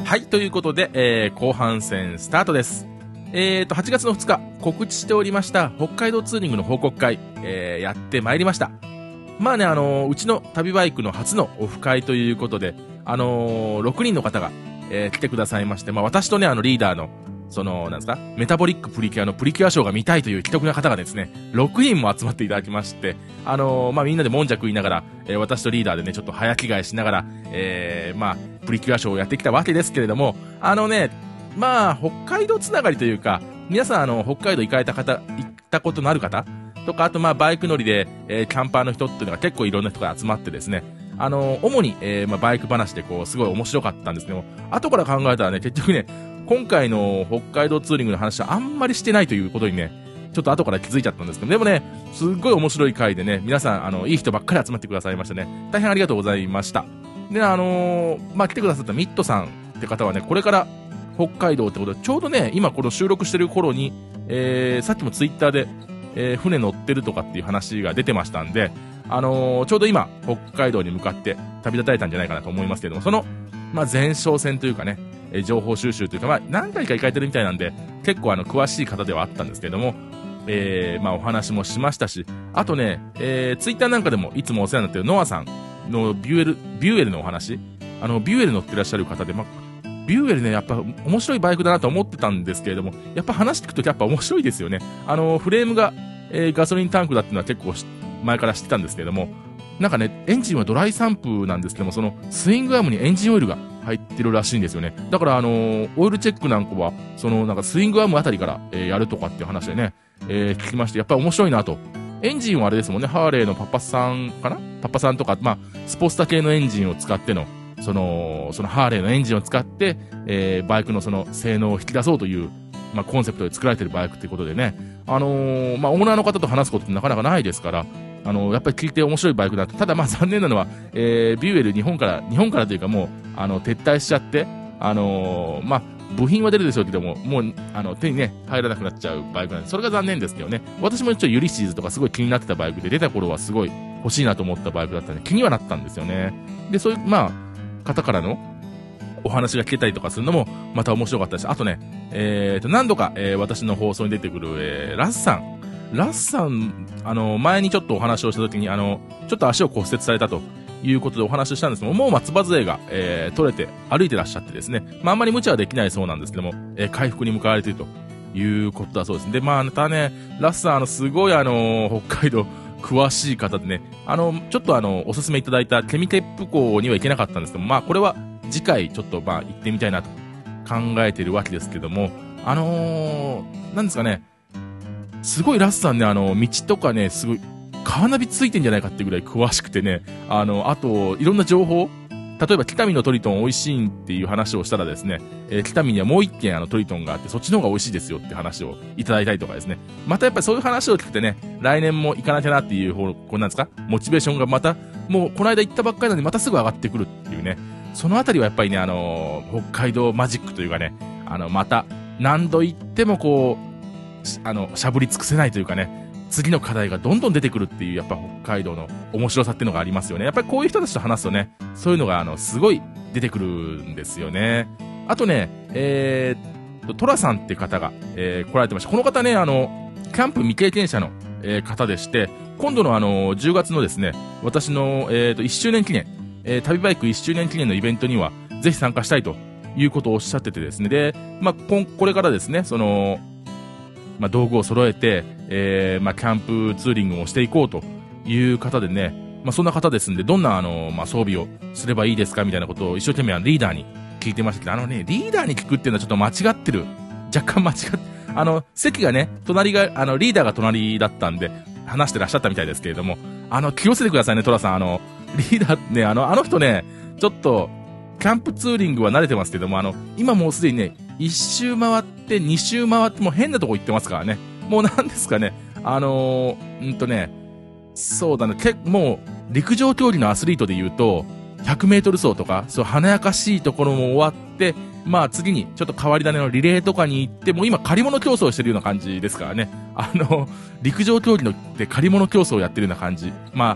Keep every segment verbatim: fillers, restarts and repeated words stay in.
はい、ということで、えー、後半戦スタートです。えーと、はちがつのふつか、告知しておりました北海道ツーリングの報告会、えー、やってまいりました。まあね、あのー、うちの旅バイクの初のオフ会ということで、あのー、ろくにんの方が、えー、来てくださいまして、まあ私とね、あのリーダーの、その、なんですか、メタボリックプリキュアのプリキュアショーが見たいという既得な方がですね、ろくにんも集まっていただきまして、あのー、まあ、みんなでもんじゃ食いながら、えー、私とリーダーでね、ちょっと早着替えしながら、えー、まあ、プリキュアショーをやってきたわけですけれども、あのね、まあ、北海道つながりというか、皆さん、あの、北海道行かれた方、行ったことのある方とか、あと、まあ、バイク乗りで、えー、キャンパーの人っていうのが結構いろんな人が集まってですね、あのー、主に、えー、まあ、バイク話でこう、すごい面白かったんですけども、後から考えたらね、結局ね、今回の北海道ツーリングの話はあんまりしてないということにね、ちょっと後から気づいちゃったんですけど、でもね、すっごい面白い回でね、皆さん、あの、いい人ばっかり集まってくださいましたね。大変ありがとうございました。で、あのー、まあ、来てくださったミッドさんって方はね、これから北海道ってことで、ちょうどね、今この収録してる頃に、えー、さっきもツイッターで、えー、船乗ってるとかっていう話が出てましたんで、あのー、ちょうど今、北海道に向かって旅立たれたんじゃないかなと思いますけども、その、まあ、前哨戦というかね、えー、情報収集というか、まあ、何回か行かれてるみたいなんで、結構あの、詳しい方ではあったんですけども、えー、まあ、お話もしましたし、あとね、えー、ツイッターなんかでもいつもお世話になってるノアさんのビューエル、ビューエルのお話、あの、ビューエル乗ってらっしゃる方で、まあ、ビューエルね、やっぱ面白いバイクだなと思ってたんですけれども、やっぱ話聞くとやっぱ面白いですよね。あの、フレームが、えー、ガソリンタンクだっていうのは結構前から知ってたんですけれども、なんかね、エンジンはドライ散布なんですけども、そのスイングアームにエンジンオイルが入ってるらしいんですよね。だからあのー、オイルチェックなんかは、そのなんかスイングアームあたりから、えー、やるとかっていう話でね、えー、聞きまして、やっぱり面白いなと。エンジンはあれですもんね、ハーレーのパパさんかなパパさんとか、まあ、スポスタ系のエンジンを使っての、その、そのハーレーのエンジンを使って、えー、バイクのその性能を引き出そうという、まあ、コンセプトで作られてるバイクっていうことでね、あのー、まあ、オーナーの方と話すことってなかなかないですから、あのー、やっぱり聞いて面白いバイクだと。ただまあ残念なのは、えー、ビューエル日本から、日本からというかもう、あの、撤退しちゃって、あのー、まあ、部品は出るでしょうけども、もう、あの、手にね、入らなくなっちゃうバイクなんで、それが残念ですけどね。私も一応ユリシーズとかすごい気になってたバイクで、出た頃はすごい欲しいなと思ったバイクだったんで、気にはなったんですよね。で、そういう、まあ、方からのお話が聞けたりとかするのも、また面白かったし、あとね、えーと、何度か、えー、私の放送に出てくる、えー、ラッサン。ラッサン、あの、前にちょっとお話をした時に、あの、ちょっと足を骨折されたということでお話ししたんですけども、もう松葉杖が、えー、取れて歩いてらっしゃってですね、まあ、あんまり無茶はできないそうなんですけども、えー、回復に向かわれているということだそうです。で、まあ、またね、ラッサン、あの、すごいあの、北海道、詳しい方でね、あの、ちょっとあの、おすすめいただいたケミテップ港には行けなかったんですけども、まあ、これは次回ちょっとまあ、行ってみたいなと考えているわけですけども、あのー、なんですかね、すごいラッサンね、あの、道とかね、すごい、カーナビついてんじゃないかっていうぐらい詳しくてね、あの、あと、いろんな情報、例えば北見のトリトン美味しいっていう話をしたらですね、えー、北見にはもう一軒あのトリトンがあって、そっちの方が美味しいですよって話をいただいたりとかですね。またやっぱりそういう話を聞くてね、来年も行かなきゃなっていう方、こうなんですか、モチベーションがまた、もうこの間行ったばっかりなのにまたすぐ上がってくるっていうね、そのあたりはやっぱりね、あのー、北海道マジックというかね、あの、また、何度行ってもこう、あの、しゃぶり尽くせないというかね、次の課題がどんどん出てくるっていう、やっぱ北海道の面白さっていうのがありますよね。やっぱりこういう人たちと話すとね、そういうのがあの、すごい出てくるんですよね。あとね、えー、トラさんって方が、えー、来られてました。この方ね、あの、キャンプ未経験者の、えー、方でして、今度のあの、じゅうがつのですね、私の、えーと、いっしゅうねん記念、えー、旅バイクいっしゅうねん記念のイベントには、ぜひ参加したいということをおっしゃっててですね。で、まあ、こ、これからですね、その、まあ、道具を揃えて、えー、まあ、キャンプツーリングをしていこうという方でね、まあ、そんな方ですんで、どんなあの、まあ、装備をすればいいですかみたいなことを一生懸命あのリーダーに聞いてましたけど、あのね、リーダーに聞くっていうのはちょっと間違ってる。若干間違って、あの、席がね、隣が、あの、リーダーが隣だったんで、話してらっしゃったみたいですけれども、あの、気をつけてくださいね、トラさん。あの、リーダーね、あの、あの人ね、ちょっと、キャンプツーリングは慣れてますけども、あの、今もうすでにね、一周回って、二周回って、もう変なとこ行ってますからね。もうなんですかね、あのー、んとね、そうだね、けもう、陸上競技のアスリートで言うと、ひゃくメートル走とか、そう、華やかしいところも終わって、まあ次に、ちょっと変わり種のリレーとかに行って、もう今借り物競争してるような感じですからね。あの、陸上競技ので借り物競争をやってるような感じ。まあ、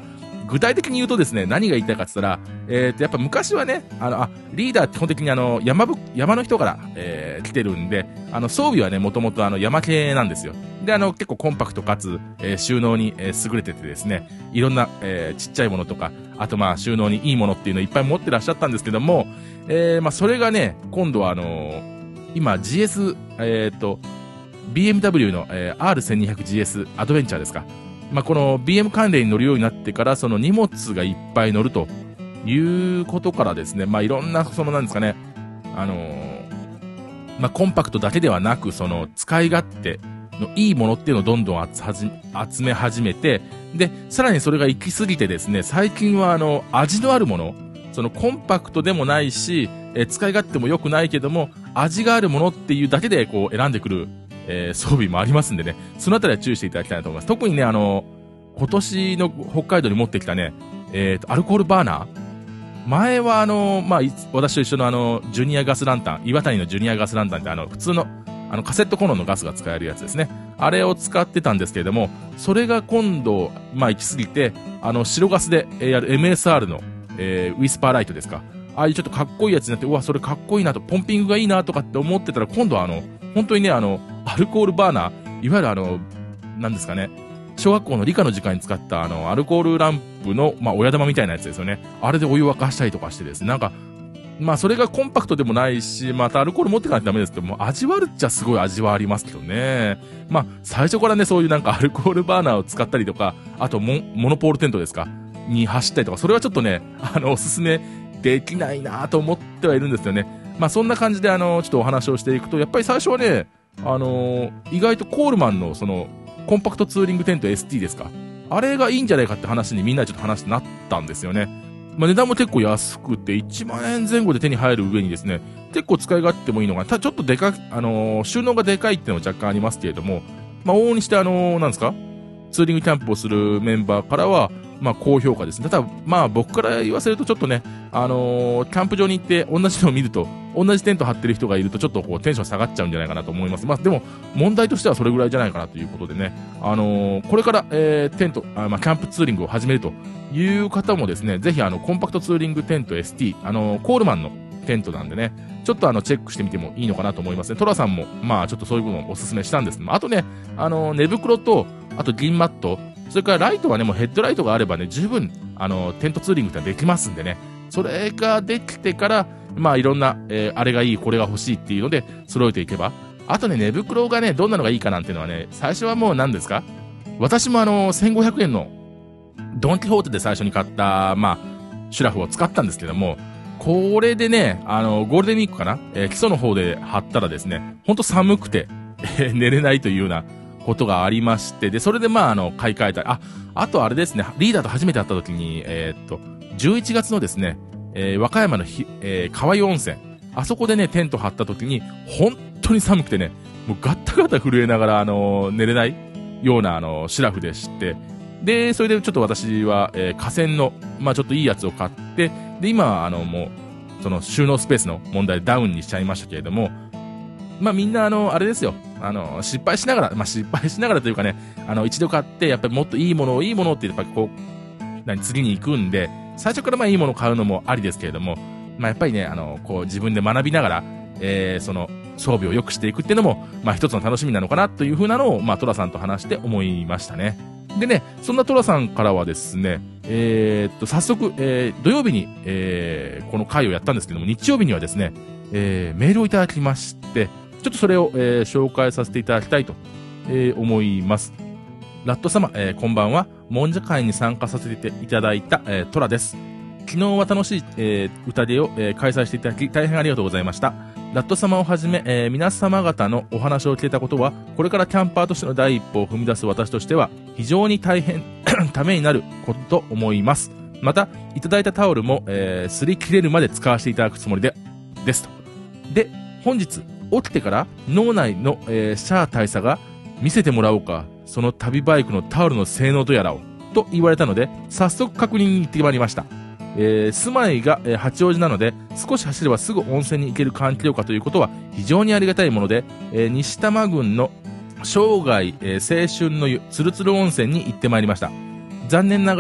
具体的に言うとですね、何が言いたいかって言ったら、えーと、やっぱ昔はね、あの、あ、リーダーって基本的にあの、山ぶ、山の人から、えー、来てるんで、あの、装備はね、もともとあの、山系なんですよ。で、あの、結構コンパクトかつ、えー、収納に、えー、優れててですね、いろんな、えー、ちっちゃいものとか、あとまあ、収納にいいものっていうのをいっぱい持ってらっしゃったんですけども、えー、まあ、それがね、今度はあのー、今 ジーエス、えーと、ビーエムダブリュー の、えー、アールせんにひゃくジーエス アドベンチャーですか。まあ、この ビーエム 関連に乗るようになってから、その荷物がいっぱい乗るということからですね、まあ、いろんな、そのなんですかね、あのー、まあ、コンパクトだけではなく、その使い勝手のいいものっていうのをどんどん集め始めて、で、さらにそれが行き過ぎてですね、最近はあの、味のあるもの、そのコンパクトでもないし、えー、使い勝手も良くないけども、味があるものっていうだけでこう選んでくる、えー、装備もありますんでね、そのあたりは注意していただきたいなと思います。特にね、あの、今年の北海道に持ってきたね、えっと、アルコールバーナー、前はあの、まあ、私と一緒のあの、ジュニアガスランタン、岩谷のジュニアガスランタンってあの、普通の、あの、カセットコンロのガスが使えるやつですね。あれを使ってたんですけれども、それが今度、まあ、行き過ぎて、あの、白ガスでやる エムエスアール の、えー、ウィスパーライトですか。ああいうちょっとかっこいいやつになって、うわ、それかっこいいなと、ポンピングがいいなとかって思ってたら、今度はあの、本当にね、あの、アルコールバーナー、いわゆるあの、なんですかね、小学校の理科の時間に使ったあの、アルコールランプの、まあ、親玉みたいなやつですよね。あれでお湯沸かしたりとかしてですね、なんか、まあ、それがコンパクトでもないし、またアルコール持ってかないとダメですけども、味わるっちゃすごい味はありますけどね。まあ、最初からね、そういうなんかアルコールバーナーを使ったりとか、あとモ、モノポールテントですかに走ったりとか、それはちょっとね、あの、おすすめできないなと思ってはいるんですよね。まあ、そんな感じであの、ちょっとお話をしていくと、やっぱり最初はね、あのー、意外とコールマンのその、コンパクトツーリングテント エスティー ですか。あれがいいんじゃないかって話にみんなでちょっと話してなったんですよね。まあ、値段も結構安くていちまんえんぜん後で手に入る上にですね、結構使い勝手もいいのが、ただちょっとでか、あのー、収納がでかいっていうのも若干ありますけれども、まあ、往々にしてあのー、なんですかツーリングキャンプをするメンバーからは、まあ、高評価ですね。ただ、まあ、僕から言わせるとちょっとね、あのー、キャンプ場に行って同じのを見ると、同じテント張ってる人がいるとちょっとこうテンション下がっちゃうんじゃないかなと思います。まあ、でも、問題としてはそれぐらいじゃないかなということでね、あのー、これから、えー、テント、あまあ、キャンプツーリングを始めるという方もですね、ぜひあの、コンパクトツーリングテント エスティー、あのー、コールマンのテントなんでね、ちょっとあの、チェックしてみてもいいのかなと思いますね。トラさんも、まあ、ちょっとそういう部分をお勧めしたんですけど、あとね、あのー、寝袋と、あと銀マット、それからライトはね、もうヘッドライトがあればね、十分、あの、テントツーリングってできますんでね。それができてから、まあいろんな、えー、あれがいい、これが欲しいっていうので、揃えていけば。あとね、寝袋がね、どんなのがいいかなんていうのはね、最初はもう何ですか？私もあの、せんごひゃくえんの、ドンキホーテで最初に買った、まあ、シュラフを使ったんですけども、これでね、あの、ゴールデンウィークかな、えー、基礎の方で貼ったらですね、ほんと寒くて、えー、寝れないというような、ことがありまして、で、それでまあ、あの、買い替えたり、あ、あとあれですね、リーダーと初めて会った時に、えー、っと、じゅういちがつのですね、えー、和歌山のひ、えー、河合温泉、あそこでね、テント張った時に、本当に寒くてね、もうガッタガタ震えながら、あのー、寝れないような、あのー、シラフでして、で、それでちょっと私は、えー、河川の、まあちょっといいやつを買って、で、今は、あの、もう、その収納スペースの問題でダウンにしちゃいましたけれども、まあみんなあの、あれですよ。あの、失敗しながら、まあ失敗しながらというかね、あの、一度買って、やっぱりもっといいものをいいものってやっぱりこう、何、次に行くんで、最初からまあいいものを買うのもありですけれども、まあやっぱりね、あの、こう自分で学びながら、えー、その、装備を良くしていくっていうのも、まあ一つの楽しみなのかなというふうなのを、まあトラさんと話して思いましたね。でね、そんなトラさんからはですね、えー、っと、早速、えー、土曜日に、えー、この回をやったんですけども、日曜日にはですね、えー、メールをいただきまして、ちょっとそれを、えー、紹介させていただきたいと、えー、思います。ラット様、えー、こんばんは。もんじゃ会に参加させていただいた、えー、トラです。昨日は楽しい、えー、歌出を、えー、開催していただき大変ありがとうございました。ラット様をはじめ、えー、皆様方のお話を聞けたことは、これからキャンパーとしての第一歩を踏み出す私としては、非常に大変、ためになることと思います。また、いただいたタオルも、えー、擦り切れるまで使わせていただくつもりで、ですと。で、本日、起きてから脳内の、えー、シャア大佐が見せてもらおうか、その旅バイクのタオルの性能とやらを、と言われたので、早速確認に行ってまいりました。えー、住まいが、えー、八王子なので、少し走ればすぐ温泉に行ける環境下ということは非常にありがたいもので、えー、西多摩郡の生涯、えー、青春の湯、つるつる温泉に行ってまいりました。残念ながら、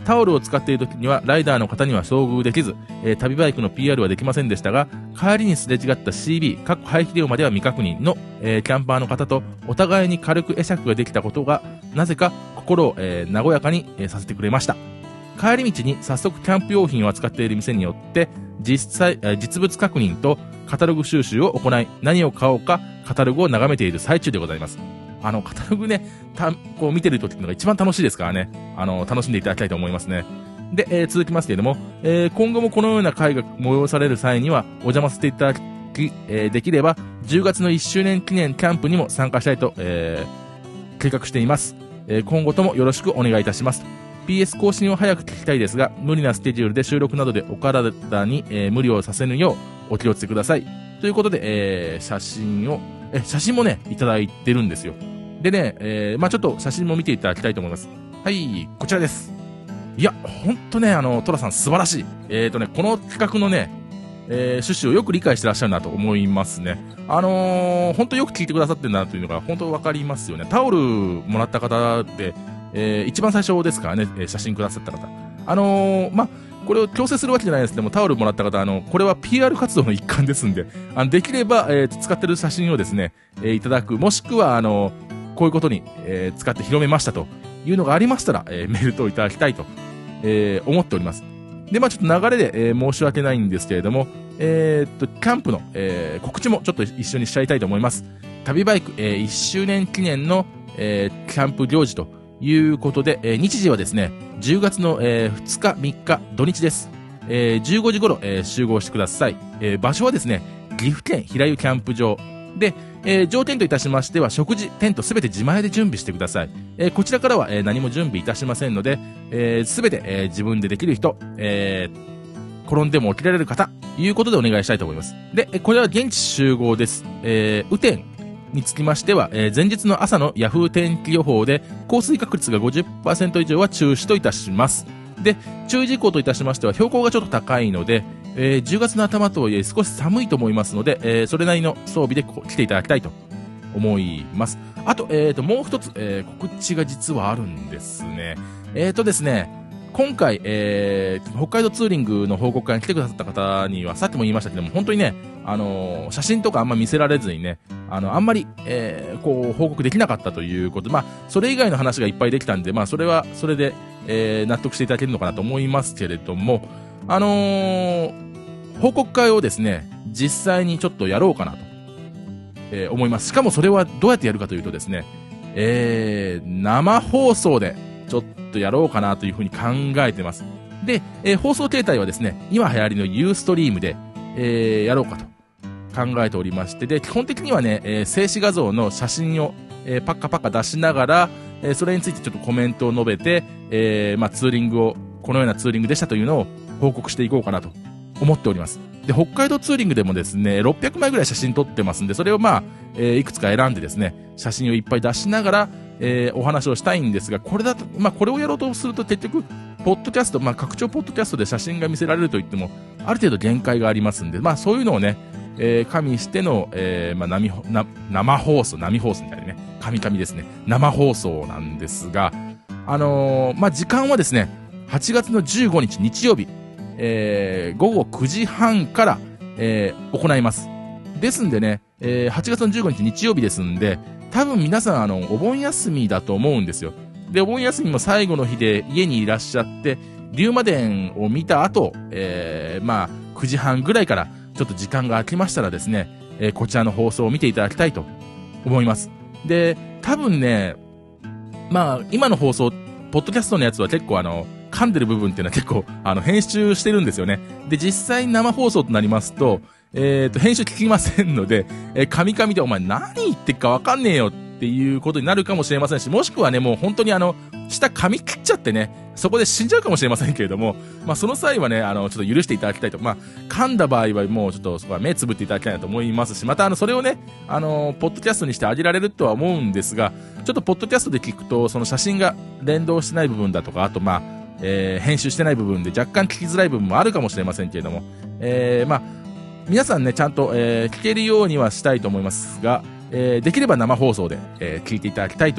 タオルを使っている時にはライダーの方には遭遇できず、えー、旅バイクの ピーアール はできませんでしたが、帰りにすれ違った シービー 各排気量までは未確認の、えー、キャンパーの方とお互いに軽く会釈ができたことがなぜか心を、えー、和やかに、えー、させてくれました。帰り道に早速キャンプ用品を扱っている店によって実際、えー、実物確認とカタログ収集を行い、何を買おうかカタログを眺めている最中でございます。あのカタログね、たこう見てる時っていうのが一番楽しいですからね、あの楽しんでいただきたいと思いますね。で、えー、続きますけれども、えー、今後もこのような会が催される際にはお邪魔させていただき、えー、できればじゅうがつのいっしゅうねん記念キャンプにも参加したいと、えー、計画しています。えー、今後ともよろしくお願いいたします。ピーエス 更新を早く聞きたいですが、無理なスケジュールで収録などでお体に、えー、無理をさせぬようお気をつけください。ということで、えー、写真を、え、写真もね、いただいてるんですよ。でね、えー、まあちょっと写真も見ていただきたいと思います。はい、こちらです。いや、ほんとね、あの、トラさん素晴らしい。えーとね、この企画のね、えー、趣旨をよく理解してらっしゃるなと思いますね。あのー、ほんとよく聞いてくださってるなというのが、ほんとわかりますよね。タオルもらった方で、えー、一番最初ですからね、えー、写真くださった方。あのー、まあ、これを強制するわけじゃないですけども、タオルもらった方、あの、これは ピーアール 活動の一環ですんで、あの、できれば、えー、使ってる写真をですね、えー、いただく、もしくは、あの、こういうことに、えー、使って広めましたというのがありましたら、えー、メール等いただきたいと、えー、思っております。で、まあちょっと流れで、えー、申し訳ないんですけれども、えー、っと、キャンプの、えー、告知もちょっと一緒にしちゃいたいと思います。旅バイク、えー、いっしゅうねん記念の、えー、キャンプ行事ということで、えー、日時はですね、じゅうがつの、えー、ふつか、みっか、土日です。えー、じゅうごじ頃、えー、集合してください。えー、場所はですね、岐阜県平湯キャンプ場で、えー、条件といたしましては、食事、テントすべて自前で準備してください。えー、こちらからは、えー、何も準備いたしませんので、えー、すべて、えー、自分でできる人、えー、転んでも起きられる方、いうことでお願いしたいと思います。で、これは現地集合です。えー、雨天につきましては、えー、前日の朝のヤフー天気予報で、降水確率が ごじゅっパーセント 以上は中止といたします。で、注意事項といたしましては、標高がちょっと高いので、えー、じゅうがつの頭とはいえ少し寒いと思いますので、えー、それなりの装備でここ来ていただきたいと思います。あと、えーと、もう一つ、えー、告知が実はあるんですね。えーとですね、今回、えー、北海道ツーリングの報告会に来てくださった方には、さっきも言いましたけども、本当にね、あのー、写真とかあんま見せられずにね、あの、あんまり、えー、こう、報告できなかったということで、まあ、それ以外の話がいっぱいできたんで、まあ、それは、それで、えー、納得していただけるのかなと思いますけれども、あのー、報告会をですね、実際にちょっとやろうかなと、えー、思います。しかもそれはどうやってやるかというとですね、えー、生放送でちょっとやろうかなというふうに考えてます。で、えー、放送形態はですね、今流行りのユーストリームで、えー、やろうかと考えておりまして、で、基本的にはね、えー、静止画像の写真を、えー、パッカパッカ出しながら、えー、それについてちょっとコメントを述べて、えー、まあ、ツーリングを、このようなツーリングでしたというのを報告していこうかなと思っております。で、北海道ツーリングでもですね、ろっぴゃくまいぐらい写真撮ってますんで、それをまあ、えー、いくつか選んでですね、写真をいっぱい出しながら、えー、お話をしたいんですが、これだと、まあ、これをやろうとすると結局、ポッドキャスト、まあ、拡張ポッドキャストで写真が見せられると言っても、ある程度限界がありますんで、まあ、そういうのをね、えー、加味しての、えー、まあ、生、な、生放送、生放送みたいなね、神々ですね、生放送なんですが、あのー、まあ、時間はですね、はちがつのじゅうごにち日曜日、えー、ごごくじはんから、えー、行います。ですんでね、えー、はちがつのじゅうごにち日曜日ですんで、多分皆さんあの、お盆休みだと思うんですよ。で、お盆休みも最後の日で家にいらっしゃって、龍馬伝を見た後、えー、まあ、くじはんぐらいからちょっと時間が空きましたらですね、えー、こちらの放送を見ていただきたいと思います。で、多分ね、まあ、今の放送、ポッドキャストのやつは結構あの、噛んでる部分っていうのは結構、あの、編集してるんですよね。で、実際生放送となりますと、えっと、編集聞きませんので、えー、神々でお前何言ってっかわかんねえよっていうことになるかもしれませんし、もしくはね、もう本当にあの、下噛み切っちゃってね、そこで死んじゃうかもしれませんけれども、まあその際はね、あの、ちょっと許していただきたいと。まあ、噛んだ場合はもうちょっとそこは目つぶっていただきたいなと思いますし、またあの、それをね、あの、ポッドキャストにしてあげられるとは思うんですが、ちょっとポッドキャストで聞くと、その写真が連動してない部分だとか、あとまあ、えー、編集してない部分で若干聞きづらい部分もあるかもしれませんけれども、えー、まあ、皆さんね、ちゃんと、えー、聞けるようにはしたいと思いますが、えー、できれば生放送で、えー、聞いていただきたいとは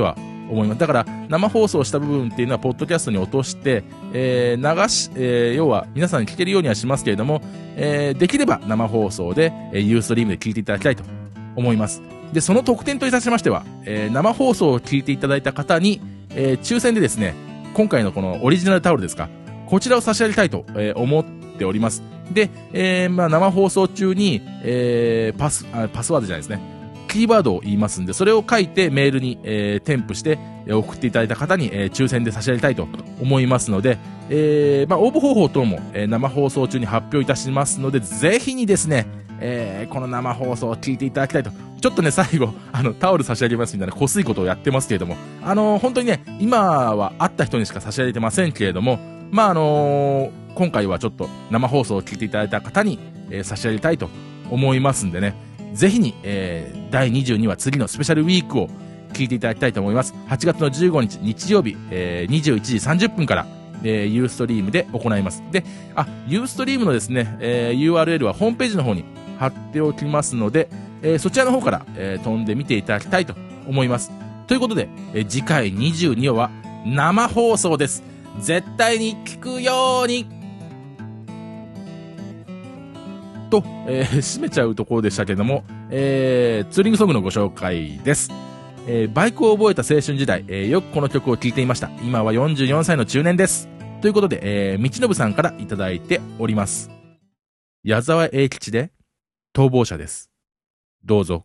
思います。だから生放送した部分っていうのはポッドキャストに落として、えー、流し、えー、要は皆さんに聞けるようにはしますけれども、えー、できれば生放送で、えー、ユーストリームで聞いていただきたいと思います。で、その特典といたしましては、えー、生放送を聞いていただいた方に、えー、抽選でですね、今回のこのオリジナルタオルですか、こちらを差し上げたいと、えー、思っております。で、えー、まあ生放送中に、えー、パス、あ、パスワードじゃないですね。キーワードを言いますんで、それを書いてメールに、えー、添付して送っていただいた方に、えー、抽選で差し上げたいと思いますので、えー、まあ応募方法等も、えー、生放送中に発表いたしますので、ぜひにですね、えー、この生放送を聞いていただきたいと。ちょっとね、最後、あの、タオル差し上げますみたいな、こすいことをやってますけれども、あのー、本当にね、今は会った人にしか差し上げてませんけれども、まあ、あのー、今回はちょっと生放送を聞いていただいた方に、えー、差し上げたいと思いますんでね、ぜひに、えー、だいにじゅうにわ次のスペシャルウィークを聞いていただきたいと思います。はちがつのじゅうごにち日曜日、えー、にじゅういちじさんじゅっぷんから、えー、ユーストリームで行います。で、あ、ユーストリームのですね、えー、ユーアールエル はホームページの方に貼っておきますので、えー、そちらの方から、えー、飛んで見ていただきたいと思います。ということで、えー、次回にじゅうにわは生放送です。絶対に聞くようにと、えー、締めちゃうところでしたけども、えー、ツーリングソングのご紹介です。えー、バイクを覚えた青春時代、えー、よくこの曲を聴いていました。今はよんじゅうよんさいの中年です。ということで、えー、道信さんからいただいております。矢沢永吉で逃亡者です。どうぞ。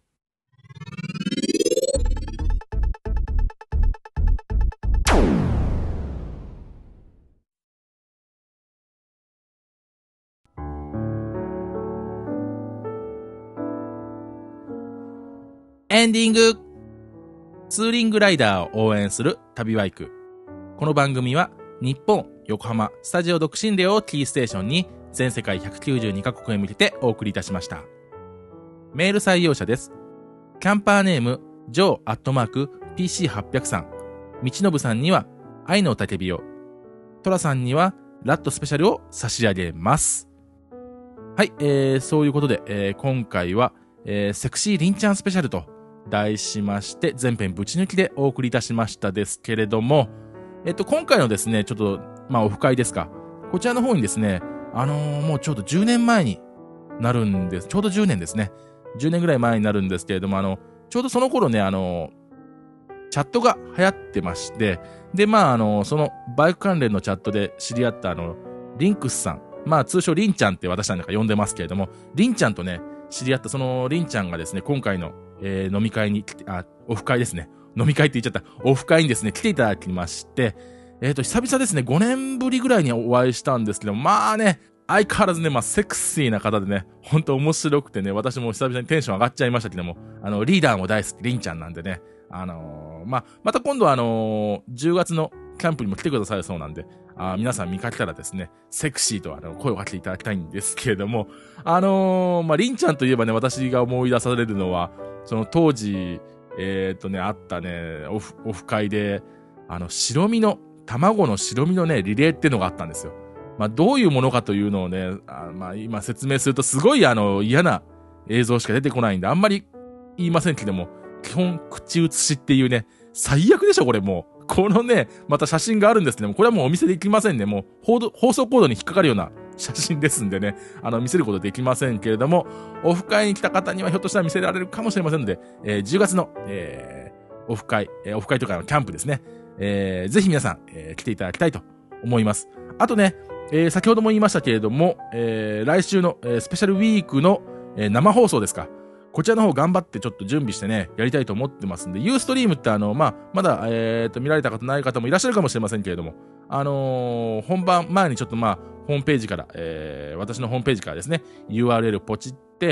エンディング。ツーリングライダーを応援する旅バイク。この番組は日本横浜スタジオ独身寮をキーステーションに全世界ひゃくきゅうじゅうにカ国へ向けてお送りいたしました。メール採用者です。キャンパーネームジョーアットマーク ピーシーはっぴゃく さん。道信さんには愛の焚き火を、トラさんにはラットスペシャルを差し上げます。はい、えー、そういうことで、えー、今回は、えー、セクシーリンちゃんスペシャルと題しまして全編ぶち抜きでお送りいたしましたですけれども、えっと今回のですねちょっとまあオフ会ですか、こちらの方にですねあのー、もうちょうどじゅうねんまえになるんです。ちょうどじゅうねんですね。じゅうねんぐらい前になるんですけれども、あのちょうどその頃ねあのー、チャットが流行ってまして、でまああのー、そのバイク関連のチャットで知り合ったあのリンクスさん、まあ通称リンちゃんって私なんか呼んでますけれども、リンちゃんとね知り合ったそのリンちゃんがですね今回のえー、飲み会に、あ、オフ会ですね。飲み会って言っちゃった。オフ会にですね、来ていただきまして、えっと、久々ですね、ごねんぶりぐらいにお会いしたんですけど、まあね、相変わらずね、まあ、セクシーな方でね、ほんと面白くてね、私も久々にテンション上がっちゃいましたけども、あの、リーダーも大好き、リンちゃんなんでね、あのー、まあ、また今度はあのー、じゅうがつのキャンプにも来てくださるそうなんで、あ皆さん見かけたらですね、セクシーとあの声をかけていただきたいんですけれども、あのー、まあ、リンちゃんといえばね、私が思い出されるのは、その当時、えー、っとね、あったね、オフ、オフ会で、あの、白身の、卵の白身のね、リレーっていうのがあったんですよ。まあ、どういうものかというのをね、あまあ、今説明するとすごいあの、嫌な映像しか出てこないんで、あんまり言いませんけども、基本、口写しっていうね、最悪でしょ、これもう。このね、また写真があるんですけども、これはもうお見せできませんね。もう、放送コードに引っかかるような写真ですんでね、あの、見せることできませんけれども、オフ会に来た方にはひょっとしたら見せられるかもしれませんので、えー、じゅうがつの、えー、オフ会、えー、オフ会とかのキャンプですね、えー、ぜひ皆さん、えー、来ていただきたいと思います。あとね、えー、先ほども言いましたけれども、えー、来週の、えー、スペシャルウィークの、えー、生放送ですか。こちらの方頑張ってちょっと準備してね、やりたいと思ってますんで、ユーストリームってあの、まあ、まだ、えーと、見られた方ない方もいらっしゃるかもしれませんけれども、あのー、本番前にちょっとまあ、ホームページから、えー、私のホームページからですね、ユーアールエル ポチって、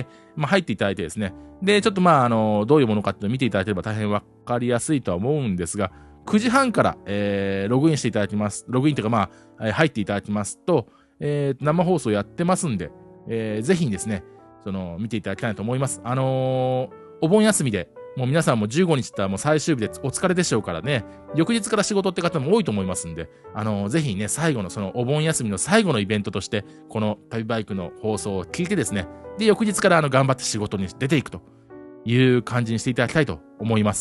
まあ、入っていただいてですね、で、ちょっとまあ、あのー、どういうものかっていうのを見ていただければ大変わかりやすいとは思うんですが、くじはんから、えー、ログインしていただきます。ログインというかまあ、入っていただきますと、えー、生放送やってますんで、えー、ぜひにですね、その、見ていただきたいと思います。あのー、お盆休みで、もう皆さんもじゅうごにちってもう最終日でお疲れでしょうからね、翌日から仕事って方も多いと思いますんで、あのー、ぜひね、最後のそのお盆休みの最後のイベントとして、この旅バイクの放送を聞いてですね、で、翌日からあの、頑張って仕事に出ていくという感じにしていただきたいと思います。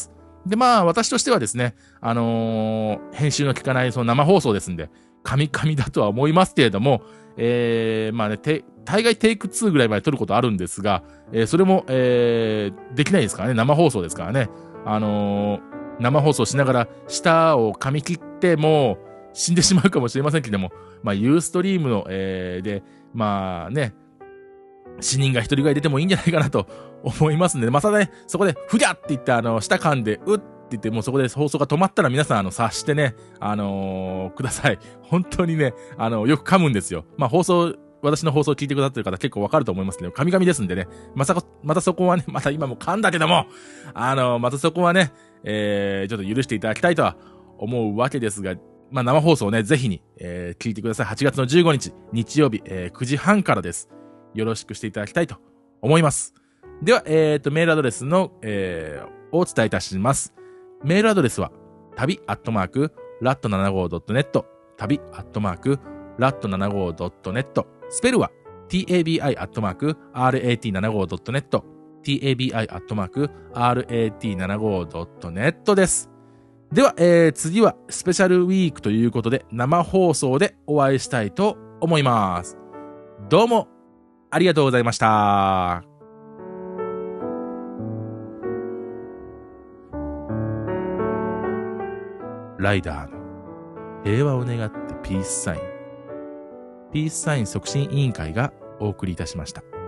で、まあ、私としてはですね、あのー編集の効かないその生放送ですんで、カミカミだとは思いますけれども、えー、まあね、て大概テイクツーぐらいまで撮ることあるんですが、えーそれも、えーできないですからね、生放送ですからね。あのー生放送しながら舌を噛み切っても死んでしまうかもしれませんけども、まあ、ユーストリームの、えーで、まあね、死人が一人ぐらい出てもいいんじゃないかなと思いますんで、またね、そこで、ふぎゃって言って、あの、舌噛んで、うって言って、もうそこで放送が止まったら皆さん、あの、察してね、あのーください。本当にね、あの、よく噛むんですよ。まあ、放送、私の放送を聞いてくださってる方結構わかると思いますけど、噛み噛みですんでね、まさか、またそこはね、また今も噛んだけども、あのーまたそこはね、えー、ちょっと許していただきたいとは思うわけですが、まあ、生放送ね、ぜひに、えー、聞いてください。はちがつのじゅうごにち、日曜日、えー、くじはんからです。よろしくしていただきたいと思います。では、えっと、メールアドレスの、えー、をお伝えいたします。メールアドレスは、旅アットマーク、ラットななじゅうごドットネット、旅アットマーク、ラットななじゅうごドットネット、スペルは、tabi アットマーク、ラットななじゅうごドットネット、tabi アットマーク、ラットななじゅうごドットネット です。では、えー、次はスペシャルウィークということで、生放送でお会いしたいと思います。どうも、ありがとうございました。ライダーの平和を願ってピースサイン。ピースサイン促進委員会がお送りいたしました。